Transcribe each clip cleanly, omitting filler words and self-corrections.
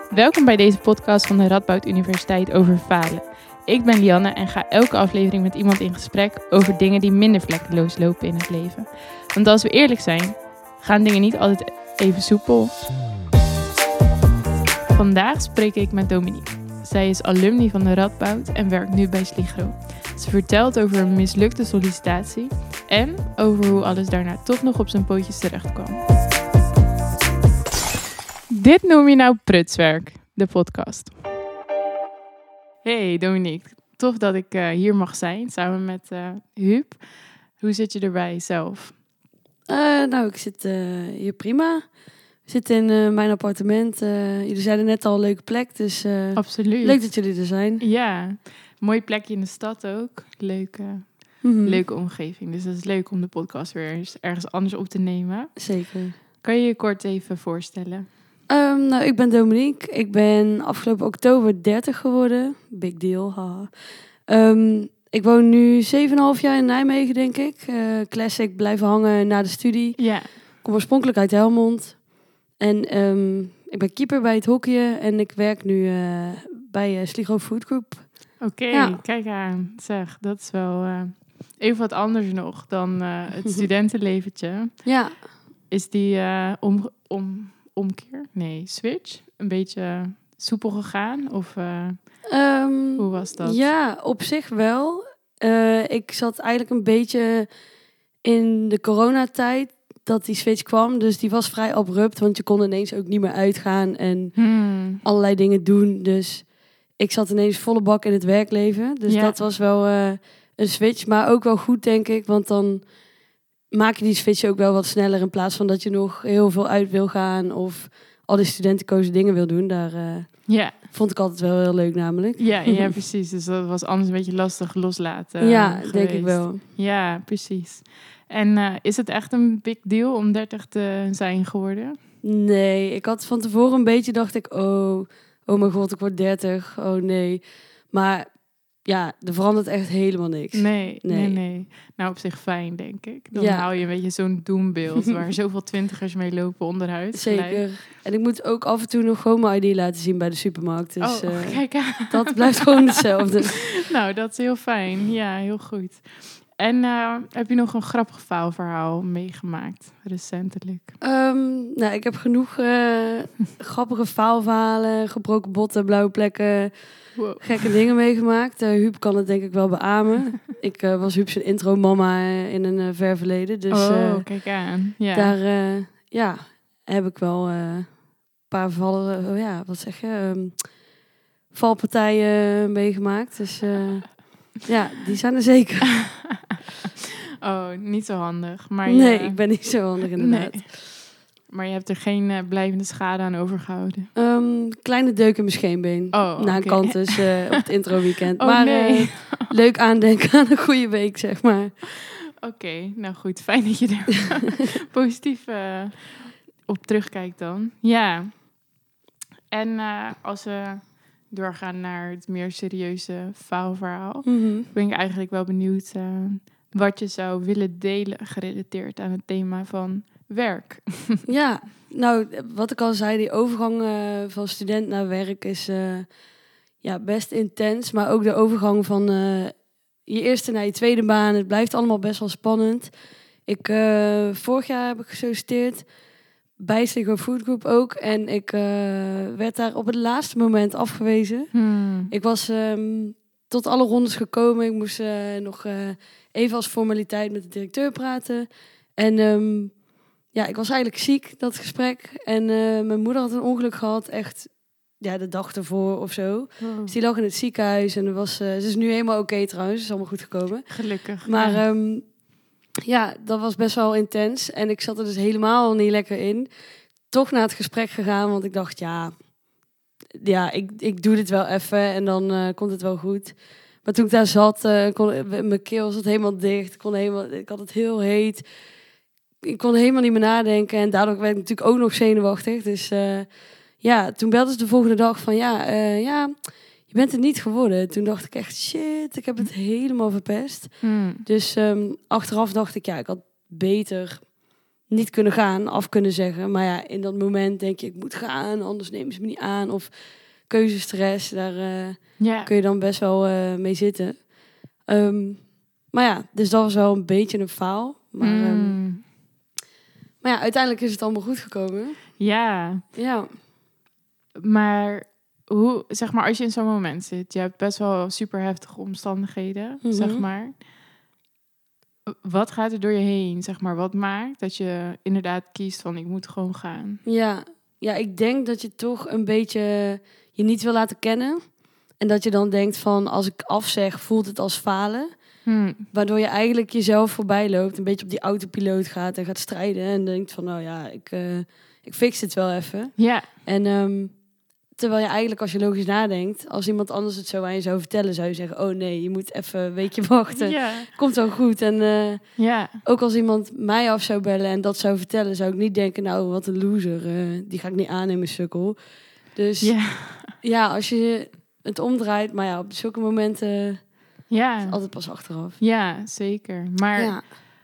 Welkom bij deze podcast van de Radboud Universiteit over falen. Ik ben Lianne en ga elke aflevering met iemand in gesprek over dingen die minder vlekkeloos lopen in het leven. Want als we eerlijk zijn, gaan dingen niet altijd even soepel. Vandaag spreek ik met Dominique. Zij is alumni van de Radboud en werkt nu bij Sligro. Ze vertelt over een mislukte sollicitatie en over hoe alles daarna toch nog op zijn pootjes terecht kwam. Dit noem je nou prutswerk, de podcast. Hey Dominique, tof dat ik hier mag zijn samen met Huub. Hoe zit je erbij zelf? Ik zit hier prima. Ik zit in mijn appartement. Jullie zeiden net al een leuke plek, dus Absoluut. leuk dat jullie er zijn. Ja, mooi plekje in de stad ook. Leuke omgeving. Dus dat is leuk om de podcast weer eens ergens anders op te nemen. Zeker. Kan je je kort even voorstellen? Ik ben Dominique. Ik ben afgelopen oktober 30 geworden. Big deal, haha. Ik woon nu 7,5 jaar in Nijmegen, denk ik. Classic, blijven hangen na de studie. Ja. Ik kom oorspronkelijk uit Helmond. En ik ben keeper bij het hockeyen. En ik werk nu bij Sligro Food Group. Oké, Ja. Kijk aan. Zeg, dat is wel even wat anders nog dan het studentenleventje. Ja. Is die omkeer? Nee, switch? Een beetje soepel gegaan? Of hoe was dat? Ja, op zich wel. Ik zat eigenlijk een beetje in de coronatijd dat die switch kwam. Dus die was vrij abrupt, want je kon ineens ook niet meer uitgaan en allerlei dingen doen. Dus ik zat ineens volle bak in het werkleven. Dus Ja. dat was wel een switch, maar ook wel goed, denk ik. Want dan maak je die switch ook wel wat sneller in plaats van dat je nog heel veel uit wil gaan of al die studentenkozen dingen wil doen. Daar Ja. vond ik altijd wel heel leuk namelijk. Ja, precies. Dus dat was anders een beetje lastig loslaten. Ja, geweest. denk ik wel. Ja, precies. En is het echt een big deal om 30 te zijn geworden? Nee, ik had van tevoren een beetje dacht ik, oh mijn god, ik word 30. Oh nee. Maar ja, er verandert echt helemaal niks. Nee. Nou, op zich fijn, denk ik. Dan hou je een beetje zo'n doembeeld waar zoveel twintigers mee lopen onderhuid. Zeker. Gelijk. En ik moet ook af en toe nog gewoon mijn ID laten zien bij de supermarkt. Dus Kijk aan. dat blijft gewoon hetzelfde. Nou, dat is heel fijn. Ja, heel goed. En heb je nog een grappig faalverhaal meegemaakt recentelijk? Ik heb genoeg grappige faalverhalen, gebroken botten, blauwe plekken, gekke dingen meegemaakt. Huub kan het denk ik wel beamen. Ik was Huub zijn intro-mama in een ver verleden. Dus kijk aan. Ja. daar heb ik wel een paar vallen, valpartijen meegemaakt. Dus die zijn er zeker. Oh, niet zo handig. Maar nee, ik ben niet zo handig inderdaad. Nee. Maar je hebt er geen blijvende schade aan overgehouden? Kleine deuk in mijn scheenbeen. Na een kant dus op het intro-weekend. Oh, nee. Leuk aandenken aan een goede week, zeg maar. Oké, nou goed. Fijn dat je er positief op terugkijkt dan. Ja. En als we doorgaan naar het meer serieuze faalverhaal, ben ik eigenlijk wel benieuwd wat je zou willen delen gerelateerd aan het thema van werk. Ja, nou, wat ik al zei, die overgang van student naar werk is best intens. Maar ook de overgang van je eerste naar je tweede baan. Het blijft allemaal best wel spannend. Vorig jaar heb ik gesolliciteerd bij Sligro Food Group ook. En ik werd daar op het laatste moment afgewezen. Ik was tot alle rondes gekomen. Ik moest nog even als formaliteit met de directeur praten. En ik was eigenlijk ziek, dat gesprek. En mijn moeder had een ongeluk gehad, echt de dag ervoor of zo. Dus die lag in het ziekenhuis en ze is nu helemaal oké trouwens. Het is allemaal goed gekomen. Gelukkig. Maar dat was best wel intens. En ik zat er dus helemaal niet lekker in. Toch naar het gesprek gegaan, want ik dacht, ik doe dit wel even en dan komt het wel goed. Maar toen ik daar zat, mijn keel zat helemaal dicht. Ik had het heel heet. Ik kon helemaal niet meer nadenken. En daardoor werd ik natuurlijk ook nog zenuwachtig. Dus toen belden ze de volgende dag van je bent het niet geworden. Toen dacht ik echt, shit, ik heb het helemaal verpest. Dus achteraf dacht ik, ik had beter niet kunnen gaan, af kunnen zeggen. Maar ja, in dat moment denk je, ik moet gaan, anders nemen ze me niet aan. Of keuzestress, daar kun je dan best wel mee zitten. Maar ja, dus dat was wel een beetje een faal. Maar ja, uiteindelijk is het allemaal goed gekomen. Ja. Ja. Maar hoe, zeg maar, als je in zo'n moment zit, je hebt best wel super heftige omstandigheden, zeg maar. Wat gaat er door je heen, zeg maar? Wat maakt dat je inderdaad kiest van, ik moet gewoon gaan? Ja, ik denk dat je toch een beetje je niet wil laten kennen. En dat je dan denkt van, als ik afzeg, voelt het als falen. Waardoor je eigenlijk jezelf voorbij loopt. Een beetje op die autopiloot gaat en gaat strijden. En denkt van, nou ja, ik fix het wel even. Ja. En terwijl je eigenlijk, als je logisch nadenkt, als iemand anders het zo aan je zou vertellen, zou je zeggen, oh nee, je moet even een weekje wachten. Ja. Komt wel goed. En Ja. ook als iemand mij af zou bellen en dat zou vertellen, zou ik niet denken, nou, wat een loser. Die ga ik niet aannemen, sukkel. Dus ja, als je het omdraait, maar ja, op zulke momenten is het altijd pas achteraf. Ja, zeker. Maar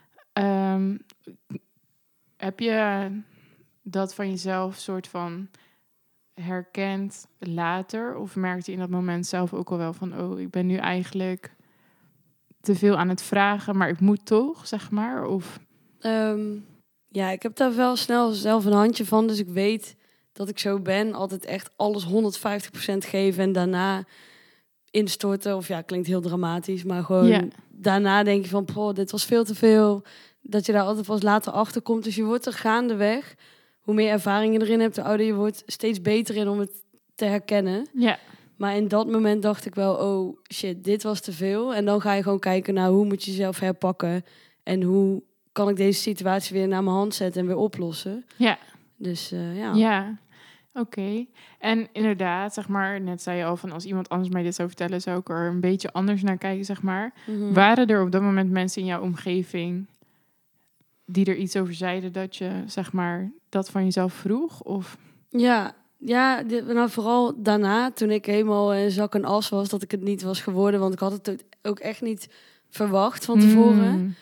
heb je dat van jezelf soort van herkend later? Of merkte je in dat moment zelf ook al wel van, oh, ik ben nu eigenlijk te veel aan het vragen, maar ik moet toch, zeg maar? Of ja, ik heb daar wel snel zelf een handje van, dus ik weet dat ik zo ben. Altijd echt alles 150% geven en daarna instorten. Of ja, klinkt heel dramatisch, maar gewoon daarna denk je van, poh, dit was veel te veel. Dat je daar altijd pas later achter komt. Dus je wordt er gaandeweg, hoe meer ervaring je erin hebt, hoe ouder je wordt, steeds beter in om het te herkennen. Ja. Maar in dat moment dacht ik wel, oh shit, dit was te veel. En dan ga je gewoon kijken naar hoe moet je jezelf herpakken en hoe kan ik deze situatie weer naar mijn hand zetten en weer oplossen. Ja. Dus ja. Ja, oké. En inderdaad, zeg maar, net zei je al van, als iemand anders mij dit zou vertellen, zou ik er een beetje anders naar kijken, zeg maar. Waren er op dat moment mensen in jouw omgeving die er iets over zeiden dat je, zeg maar, dat van jezelf vroeg? Of? Ja, nou vooral daarna, toen ik helemaal in zak en as was, dat ik het niet was geworden, want ik had het ook echt niet verwacht van tevoren.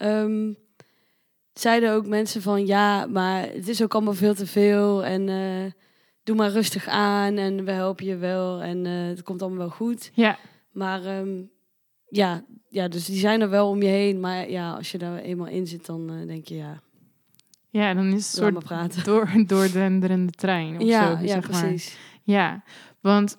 Zeiden ook mensen van, ja, maar het is ook allemaal veel te veel en doe maar rustig aan en we helpen je wel en het komt allemaal wel goed. Ja. Maar ja, dus die zijn er wel om je heen, maar ja, als je daar eenmaal in zit, dan denk je, ja, dan is het een soort doordenderende trein. Of ja, zo, ja, zeg precies. Maar. Ja, want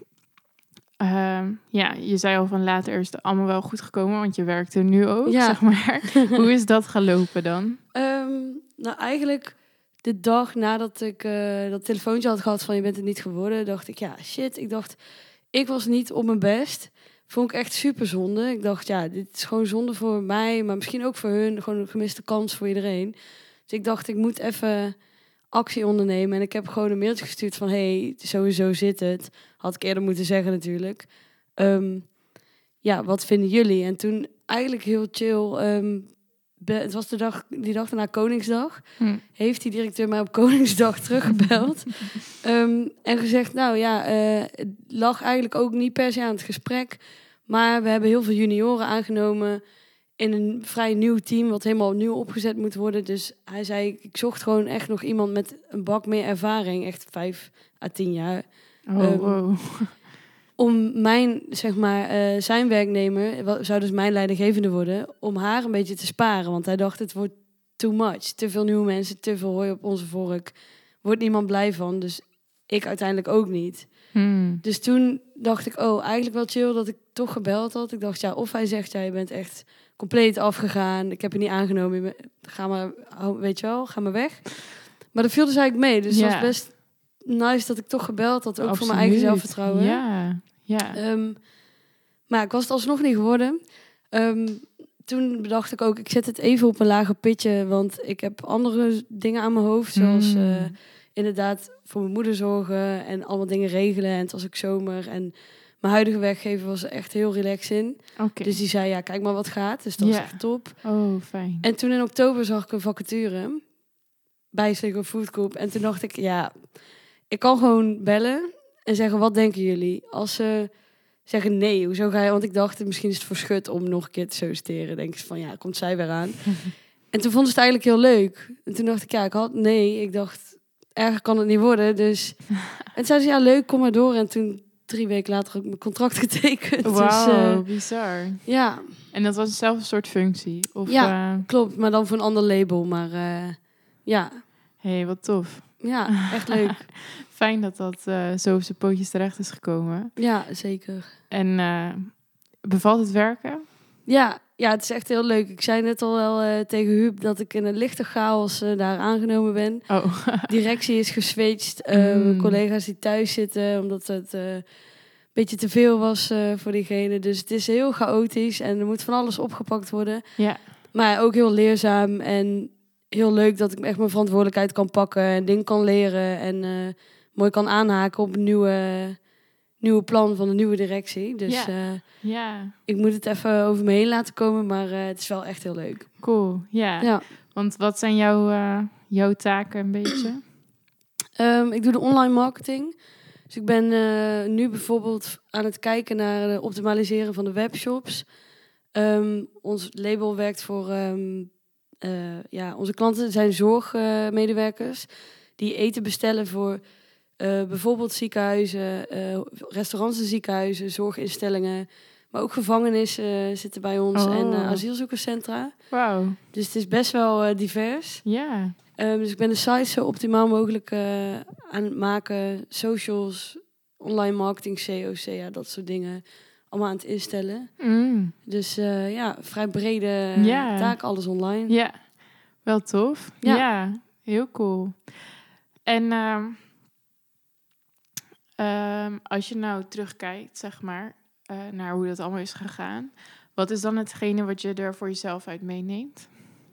je zei al van later is het allemaal wel goed gekomen, want je werkte nu ook, zeg maar. Hoe is dat gelopen dan? Nou, eigenlijk de dag nadat ik dat telefoontje had gehad van je bent het niet geworden, dacht ik, ja, shit. Ik dacht, ik was niet op mijn best. Vond ik echt super zonde. Ik dacht, ja, dit is gewoon zonde voor mij, maar misschien ook voor hun. Gewoon een gemiste kans voor iedereen. Dus ik dacht, ik moet even actie ondernemen. En ik heb gewoon een mailtje gestuurd van, hey, sowieso zit het. Had ik eerder moeten zeggen natuurlijk. Ja, wat vinden jullie? En toen eigenlijk heel chill. Het was die dag daarna Koningsdag. Heeft die directeur mij op Koningsdag teruggebeld. En gezegd, nou ja, het lag eigenlijk ook niet per se aan het gesprek. Maar we hebben heel veel junioren aangenomen in een vrij nieuw team, wat helemaal opnieuw opgezet moet worden. Dus hij zei, ik zocht gewoon echt nog iemand met een bak meer ervaring. Echt 5 à 10 jaar. Wow. Om mijn, zeg maar, zijn werknemer, zou dus mijn leidinggevende worden, om haar een beetje te sparen. Want hij dacht, het wordt too much. Te veel nieuwe mensen, te veel hooi op onze vork. Wordt niemand blij van, dus ik uiteindelijk ook niet. Dus toen dacht ik, oh, eigenlijk wel chill dat ik toch gebeld had. Ik dacht, ja, of hij zegt, ja, je bent echt compleet afgegaan. Ik heb je niet aangenomen. Ga maar, weet je wel, ga maar weg. Maar dat viel dus eigenlijk mee. Dus het was best nice dat ik toch gebeld had. Ook Absoluut. voor mijn eigen zelfvertrouwen. Ja. Maar ik was het alsnog niet geworden. Toen bedacht ik ook, ik zet het even op een lager pitje. Want ik heb andere dingen aan mijn hoofd. Zoals inderdaad voor mijn moeder zorgen en allemaal dingen regelen. En het was ook zomer. En mijn huidige werkgever was er echt heel relaxed in. Okay. Dus die zei, ja, kijk maar wat gaat. Dus dat was echt top. Oh, fijn. En toen in oktober zag ik een vacature bij Sligo Food Group. En toen dacht ik, ja, ik kan gewoon bellen en zeggen, wat denken jullie? Als ze zeggen nee, hoezo ga je? Want ik dacht, misschien is het voor schut om nog een keer te solliciteren. Denk ik van, ja, komt zij weer aan. En toen vonden ze het eigenlijk heel leuk. En toen dacht ik, ik dacht, erger kan het niet worden. Dus, en zei ze, ja, leuk, kom maar door. En toen 3 weken later ook mijn contract getekend. Wauw, bizar. Ja. En dat was dezelfde soort functie? Of, Ja, klopt. Maar dan voor een ander label. Maar ja. Hey, wat tof. Ja, echt leuk. Fijn dat dat zo op zijn pootjes terecht is gekomen. Ja, zeker. En bevalt het werken? Ja, het is echt heel leuk. Ik zei net al wel tegen Huub dat ik in een lichte chaos daar aangenomen ben. Oh. Directie is geswitcht. Mijn collega's die thuis zitten, omdat het een beetje te veel was voor diegene. Dus het is heel chaotisch en er moet van alles opgepakt worden. Ja. Maar ook heel leerzaam en heel leuk dat ik echt mijn verantwoordelijkheid kan pakken en dingen kan leren en mooi kan aanhaken op een nieuwe plan van de nieuwe directie. Dus ik moet het even over me heen laten komen, maar het is wel echt heel leuk. Cool, ja. Want wat zijn jouw taken een beetje? Ik doe de online marketing. Dus ik ben nu bijvoorbeeld aan het kijken naar het optimaliseren van de webshops. Ons label werkt voor... onze klanten zijn zorgmedewerkers die eten bestellen voor bijvoorbeeld ziekenhuizen, restaurants en ziekenhuizen, zorginstellingen, maar ook gevangenissen zitten bij ons en asielzoekerscentra. Wauw. Dus het is best wel divers. Ja. Dus ik ben de site zo optimaal mogelijk aan het maken, socials, online marketing, COC, dat soort dingen, allemaal aan het instellen. Dus vrij brede taak, alles online. Ja, wel tof. Ja, heel cool. En als je nou terugkijkt, zeg maar, naar hoe dat allemaal is gegaan, wat is dan hetgene wat je er voor jezelf uit meeneemt?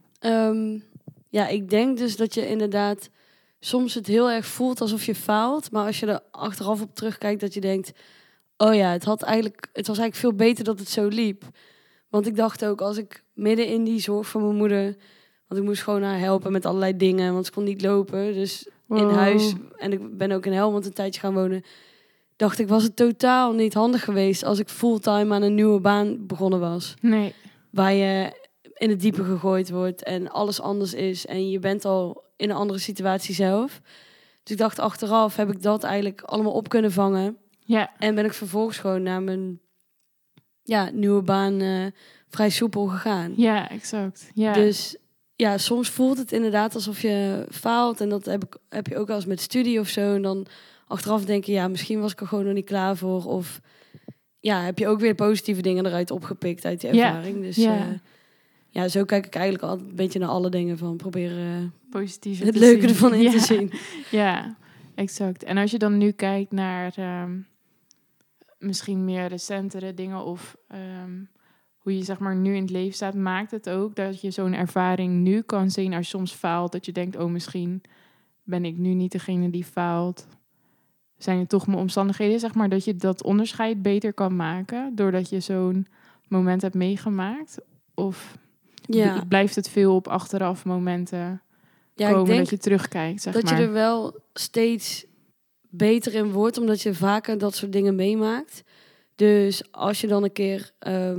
Ik denk dus dat je inderdaad soms het heel erg voelt alsof je faalt, maar als je er achteraf op terugkijkt, dat je denkt, oh ja, het was eigenlijk veel beter dat het zo liep. Want ik dacht ook, als ik midden in die zorg van mijn moeder, want ik moest gewoon haar helpen met allerlei dingen, want ze kon niet lopen, dus in huis, en ik ben ook in Helmond een tijdje gaan wonen, dacht ik, was het totaal niet handig geweest als ik fulltime aan een nieuwe baan begonnen was. Nee. Waar je in het diepe gegooid wordt en alles anders is en je bent al in een andere situatie zelf. Dus ik dacht, achteraf heb ik dat eigenlijk allemaal op kunnen vangen. Ja. En ben ik vervolgens gewoon naar mijn nieuwe baan vrij soepel gegaan. Ja, exact. Ja. Dus ja, soms voelt het inderdaad alsof je faalt. En dat heb je ook wel eens met studie of zo. En dan achteraf denk je, ja, misschien was ik er gewoon nog niet klaar voor. Of ja, heb je ook weer positieve dingen eruit opgepikt uit die ervaring. Dus zo kijk ik eigenlijk altijd een beetje naar alle dingen van proberen positieve het leuke ervan in te zien. Ja, exact. En als je dan nu kijkt naar misschien meer recentere dingen of hoe je zeg maar nu in het leven staat, maakt het ook dat je zo'n ervaring nu kan zien als je soms faalt, dat je denkt, oh, misschien ben ik nu niet degene die faalt. Zijn het toch mijn omstandigheden, zeg maar, dat je dat onderscheid beter kan maken doordat je zo'n moment hebt meegemaakt? Of blijft het veel op achteraf momenten komen, ik denk dat je terugkijkt, zeg dat maar? Je er wel steeds beter in wordt, omdat je vaker dat soort dingen meemaakt. Dus als je dan een keer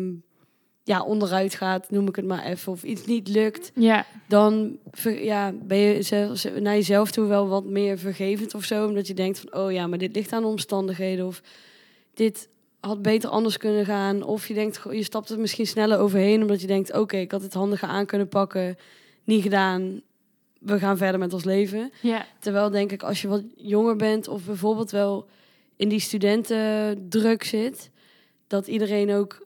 onderuit gaat, noem ik het maar even, of iets niet lukt, dan ben je zelfs naar jezelf toe wel wat meer vergevend of zo, omdat je denkt van, oh ja, maar dit ligt aan de omstandigheden, of dit had beter anders kunnen gaan, of je denkt, je stapt er misschien sneller overheen, omdat je denkt, oké, ik had het handiger aan kunnen pakken, niet gedaan, we gaan verder met ons leven. Ja. Terwijl denk ik, als je wat jonger bent of bijvoorbeeld wel in die studentendruk zit, dat iedereen ook,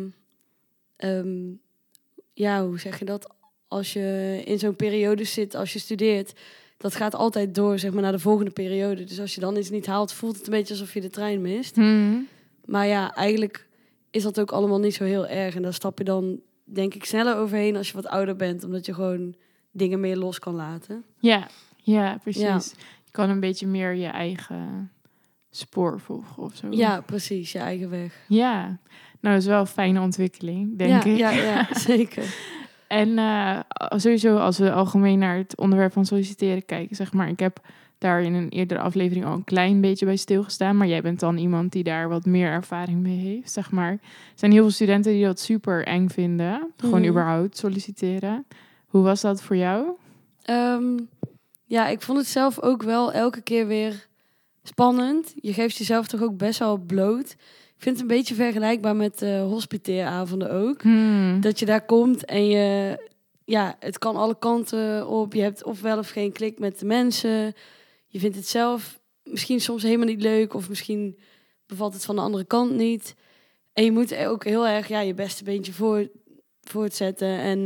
hoe zeg je dat? Als je in zo'n periode zit, als je studeert, dat gaat altijd door, zeg maar, naar de volgende periode. Dus als je dan iets niet haalt, voelt het een beetje alsof je de trein mist. Maar ja, eigenlijk is dat ook allemaal niet zo heel erg. En daar stap je dan, denk ik, sneller overheen als je wat ouder bent, omdat je gewoon dingen meer los kan laten. Ja, precies. Ja. Je kan een beetje meer je eigen spoor volgen of zo. Ja, precies. Je eigen weg. Ja, nou, dat is wel een fijne ontwikkeling, denk ik. Ja, zeker. En sowieso, als we algemeen naar het onderwerp van solliciteren kijken, zeg maar, ik heb daar in een eerdere aflevering al een klein beetje bij stilgestaan, maar jij bent dan iemand die daar wat meer ervaring mee heeft, zeg maar. Er zijn heel veel studenten die dat super eng vinden, gewoon überhaupt solliciteren. Hoe was dat voor jou? Ja, ik vond het zelf ook wel elke keer weer spannend. Je geeft jezelf toch ook best wel bloot. Ik vind het een beetje vergelijkbaar met hospiteeravonden ook. Dat je daar komt en het kan alle kanten op. Je hebt of wel of geen klik met de mensen. Je vindt het zelf misschien soms helemaal niet leuk. Of misschien bevalt het van de andere kant niet. En je moet ook heel erg je beste beentje voortzetten. En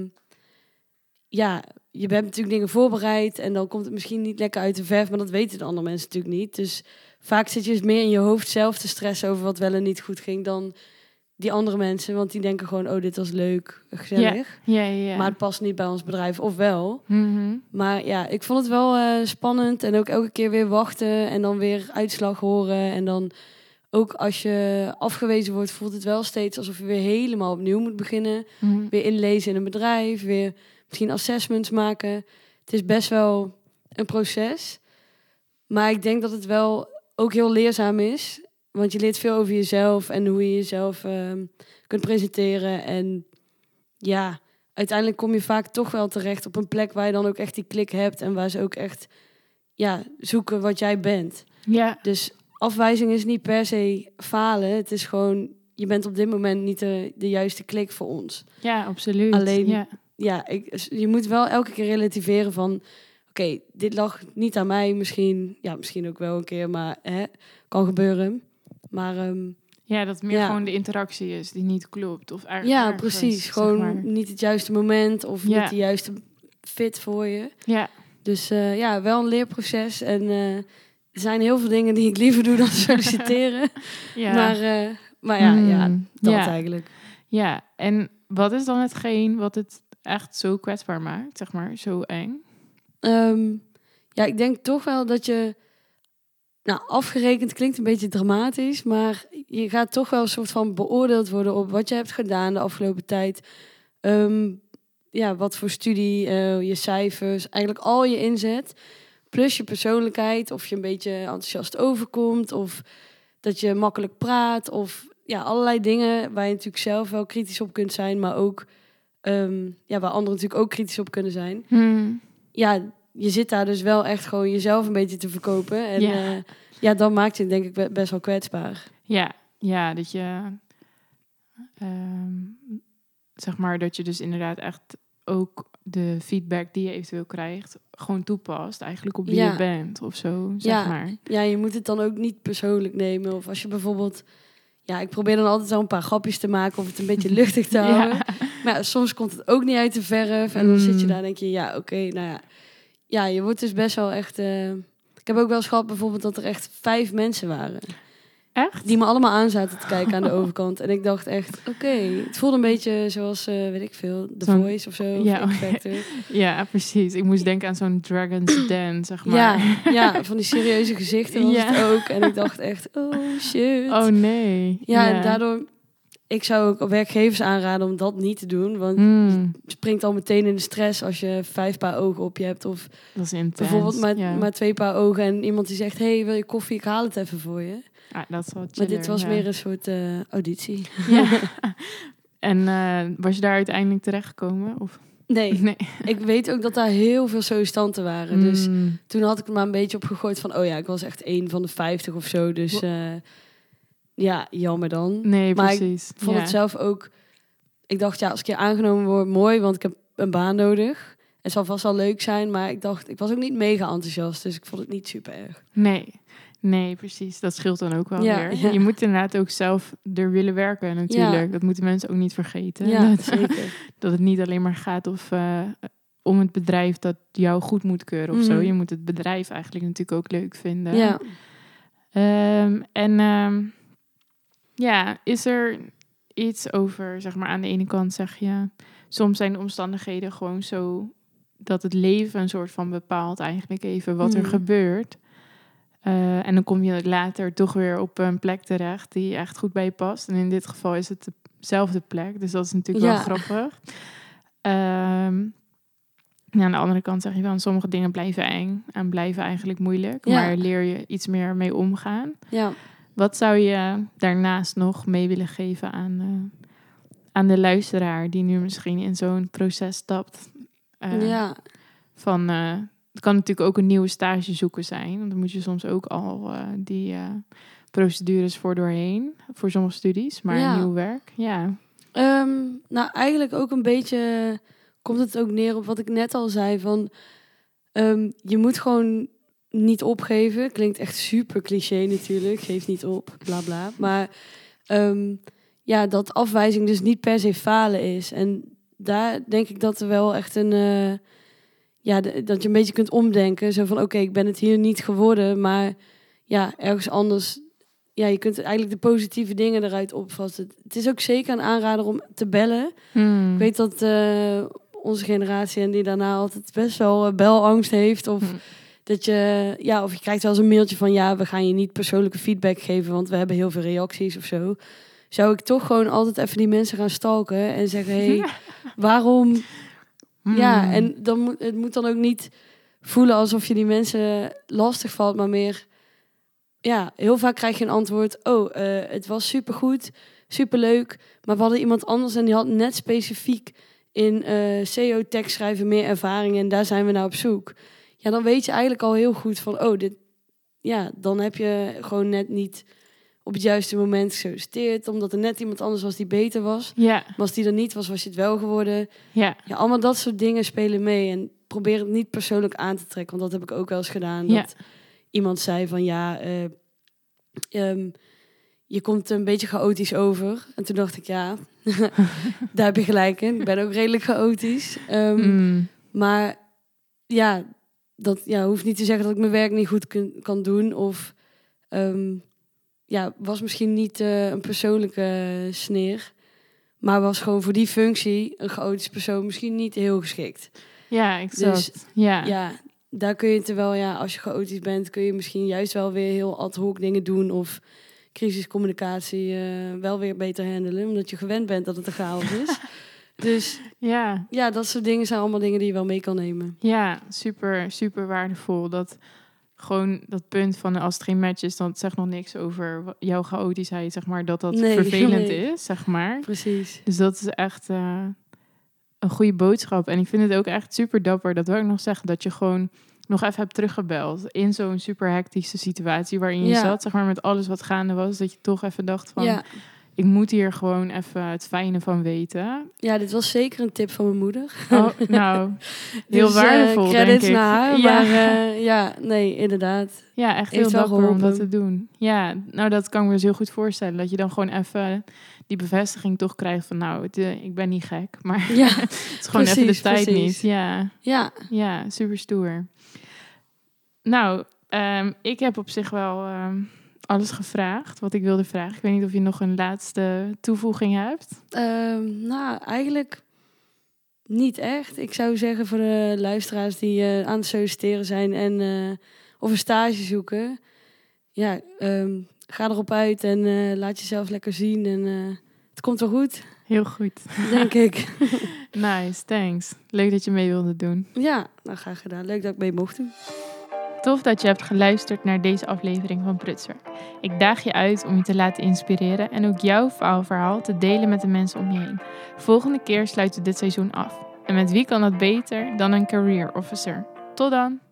je hebt natuurlijk dingen voorbereid. En dan komt het misschien niet lekker uit de verf. Maar dat weten de andere mensen natuurlijk niet. Dus vaak zit je meer in je hoofd zelf te stressen over wat wel en niet goed ging dan die andere mensen. Want die denken gewoon, oh, dit was leuk, gezellig. Ja. Maar het past niet bij ons bedrijf, of wel. Mm-hmm. Maar ja, ik vond het wel spannend. En ook elke keer weer wachten en dan weer uitslag horen. En dan ook als je afgewezen wordt, voelt het wel steeds alsof je weer helemaal opnieuw moet beginnen. Mm-hmm. Weer inlezen in een bedrijf, weer misschien assessments maken. Het is best wel een proces. Maar ik denk dat het wel ook heel leerzaam is. Want je leert veel over jezelf en hoe je jezelf kunt presenteren. En ja, uiteindelijk kom je vaak toch wel terecht op een plek waar je dan ook echt die klik hebt. En waar ze ook echt zoeken wat jij bent. Ja. Dus afwijzing is niet per se falen. Het is gewoon, je bent op dit moment niet de juiste klik voor ons. Ja, absoluut. Alleen, je moet wel elke keer relativeren van, oké, dit lag niet aan mij. Misschien ook wel een keer, maar kan gebeuren. Maar dat het meer gewoon de interactie is die niet klopt. Of eigenlijk precies. Gewoon niet het juiste moment of niet de juiste fit voor je. Ja. Dus wel een leerproces. En er zijn heel veel dingen die ik liever doe dan solliciteren. Dat eigenlijk. Ja, en wat is dan hetgeen wat het echt zo kwetsbaar maakt, zeg maar, zo eng? Ik denk toch wel dat je... Nou, afgerekend klinkt een beetje dramatisch, maar je gaat toch wel een soort van beoordeeld worden op wat je hebt gedaan de afgelopen tijd. Wat voor studie, je cijfers, eigenlijk al je inzet. Plus je persoonlijkheid, of je een beetje enthousiast overkomt, of dat je makkelijk praat, of allerlei dingen waar je natuurlijk zelf wel kritisch op kunt zijn, maar ook waar anderen natuurlijk ook kritisch op kunnen zijn. Je zit daar dus wel echt gewoon jezelf een beetje te verkopen. En dan maakt je denk ik best wel kwetsbaar. Ja, dat je... zeg maar dat je dus inderdaad echt ook de feedback die je eventueel krijgt gewoon toepast eigenlijk op wie je bent of zo, zeg maar. Ja, je moet het dan ook niet persoonlijk nemen. Of als je bijvoorbeeld... ik probeer dan altijd zo een paar grapjes te maken of het een beetje luchtig te houden. Maar soms komt het ook niet uit de verf. En dan zit je daar en denk je, je wordt dus best wel echt... Ik heb ook wel eens gehad bijvoorbeeld dat er echt 5 mensen waren. Echt? Die me allemaal aan zaten te kijken aan de overkant. En ik dacht echt, het voelde een beetje zoals, weet ik veel, The Voice of zo. Ja, ja, precies. Ik moest denken aan zo'n Dragon's Den, zeg maar. Ja, van die serieuze gezichten was het ook. En ik dacht echt, oh shit. Oh nee. Ja, en daardoor... Ik zou ook werkgevers aanraden om dat niet te doen. Want je springt al meteen in de stress als je 5 paar ogen op je hebt. Of dat is intens, bijvoorbeeld maar 2 paar ogen en iemand die zegt... Hey, wil je koffie? Ik haal het even voor je. Ja, dat is wat chiller, maar dit was meer een soort auditie. Ja. En was je daar uiteindelijk terechtgekomen? Of? Nee. Ik weet ook dat daar heel veel sollicitanten waren. Dus toen had ik er maar een beetje op gegooid van... ik was echt 1 van de 50 of zo. Dus... jammer dan. Nee, maar precies. Ik vond het zelf ook... Ik dacht, als ik hier aangenomen word, mooi, want ik heb een baan nodig. Het zal vast wel leuk zijn, maar ik dacht... Ik was ook niet mega enthousiast, dus ik vond het niet super erg. Nee, precies. Dat scheelt dan ook wel weer. Ja. Je moet inderdaad ook zelf er willen werken natuurlijk. Ja. Dat moeten mensen ook niet vergeten. Ja, zeker. Dat het niet alleen maar gaat om het bedrijf dat jou goed moet keuren of zo. Je moet het bedrijf eigenlijk natuurlijk ook leuk vinden. Ja. Is er iets over, zeg maar, aan de ene kant zeg je... Soms zijn de omstandigheden gewoon zo... dat het leven een soort van bepaalt eigenlijk even wat er gebeurt. En dan kom je later toch weer op een plek terecht die echt goed bij je past. En in dit geval is het dezelfde plek. Dus dat is natuurlijk wel grappig. Aan de andere kant zeg je wel... sommige dingen blijven eng en blijven eigenlijk moeilijk. Ja. Maar leer je iets meer mee omgaan. Ja. Wat zou je daarnaast nog mee willen geven aan de luisteraar... die nu misschien in zo'n proces stapt... Het kan natuurlijk ook een nieuwe stage zoeken zijn. Want dan moet je soms ook al die procedures voor doorheen. Voor sommige studies. Maar nieuw werk, ja. Nou, eigenlijk ook een beetje komt het ook neer op wat ik net al zei. Van, je moet gewoon niet opgeven. Klinkt echt super cliché natuurlijk. Geef niet op, bla bla. Maar dat afwijzing dus niet per se falen is. En daar denk ik dat er wel echt dat je een beetje kunt omdenken. Zo van, oké, ik ben het hier niet geworden, maar ja, ergens anders. Ja, je kunt eigenlijk de positieve dingen eruit opvatten. Het is ook zeker een aanrader om te bellen. Ik weet dat onze generatie en die daarna altijd best wel belangst heeft. Of dat of je krijgt wel eens een mailtje van, we gaan je niet persoonlijke feedback geven, want we hebben heel veel reacties of zo. Zou ik toch gewoon altijd even die mensen gaan stalken en zeggen, hey, waarom? Ja, en het moet dan ook niet voelen alsof je die mensen lastig valt, maar meer, heel vaak krijg je een antwoord, het was supergoed, superleuk, maar we hadden iemand anders en die had net specifiek in SEO-tekst schrijven meer ervaring en daar zijn we naar op zoek. Ja, dan weet je eigenlijk al heel goed van, dan heb je gewoon net niet op het juiste moment gesolliciteerd, omdat er net iemand anders was die beter was. Ja. Maar als die er niet was, was je het wel geworden. Ja. Ja, allemaal dat soort dingen spelen mee. En probeer het niet persoonlijk aan te trekken, want dat heb ik ook wel eens gedaan. Dat iemand zei van, je komt een beetje chaotisch over. En toen dacht ik, daar heb je gelijk in. Ik ben ook redelijk chaotisch. Maar dat hoeft niet te zeggen dat ik mijn werk niet goed kan doen. Of was misschien niet een persoonlijke sneer. Maar was gewoon voor die functie een chaotisch persoon misschien niet heel geschikt. Ja, exact. Dus, daar kun je terwijl, als je chaotisch bent, kun je misschien juist wel weer heel ad hoc dingen doen. Of crisiscommunicatie wel weer beter handelen. Omdat je gewend bent dat het een chaos is. Dus dat soort dingen zijn allemaal dingen die je wel mee kan nemen. Ja, super, super waardevol. Dat gewoon dat punt van als het geen match is, dan zegt nog niks over jouw chaotischheid, zeg maar, dat vervelend is, zeg maar. Precies. Dus dat is echt een goede boodschap. En ik vind het ook echt super dapper, dat wil ik nog zeggen, dat je gewoon nog even hebt teruggebeld in zo'n super hectische situatie waarin je zat, zeg maar, met alles wat gaande was, dat je toch even dacht van, ik moet hier gewoon even het fijne van weten. Ja, dit was zeker een tip van mijn moeder. Oh, nou, heel dus, waardevol, credits denk ik. naar haar, maar nee, inderdaad. Ja, echt heel dapper om dat te doen. Ja, nou, dat kan ik me dus heel goed voorstellen. Dat je dan gewoon even die bevestiging toch krijgt van, ik ben niet gek. Maar het is gewoon even de tijd niet. Ja, super stoer. Nou, ik heb op zich wel alles gevraagd wat ik wilde vragen. Ik weet niet of je nog een laatste toevoeging hebt. Nou, eigenlijk niet echt. Ik zou zeggen voor de luisteraars die aan het solliciteren zijn en of een stage zoeken. Ja, ga erop uit en laat jezelf lekker zien. En het komt wel goed. Heel goed. Denk ik. Nice, thanks. Leuk dat je mee wilde doen. Ja, nou graag gedaan. Leuk dat ik mee mocht doen. Tof dat je hebt geluisterd naar deze aflevering van Prutser. Ik daag je uit om je te laten inspireren en ook jouw verhaal te delen met de mensen om je heen. Volgende keer sluiten we dit seizoen af. En met wie kan dat beter dan een career officer? Tot dan!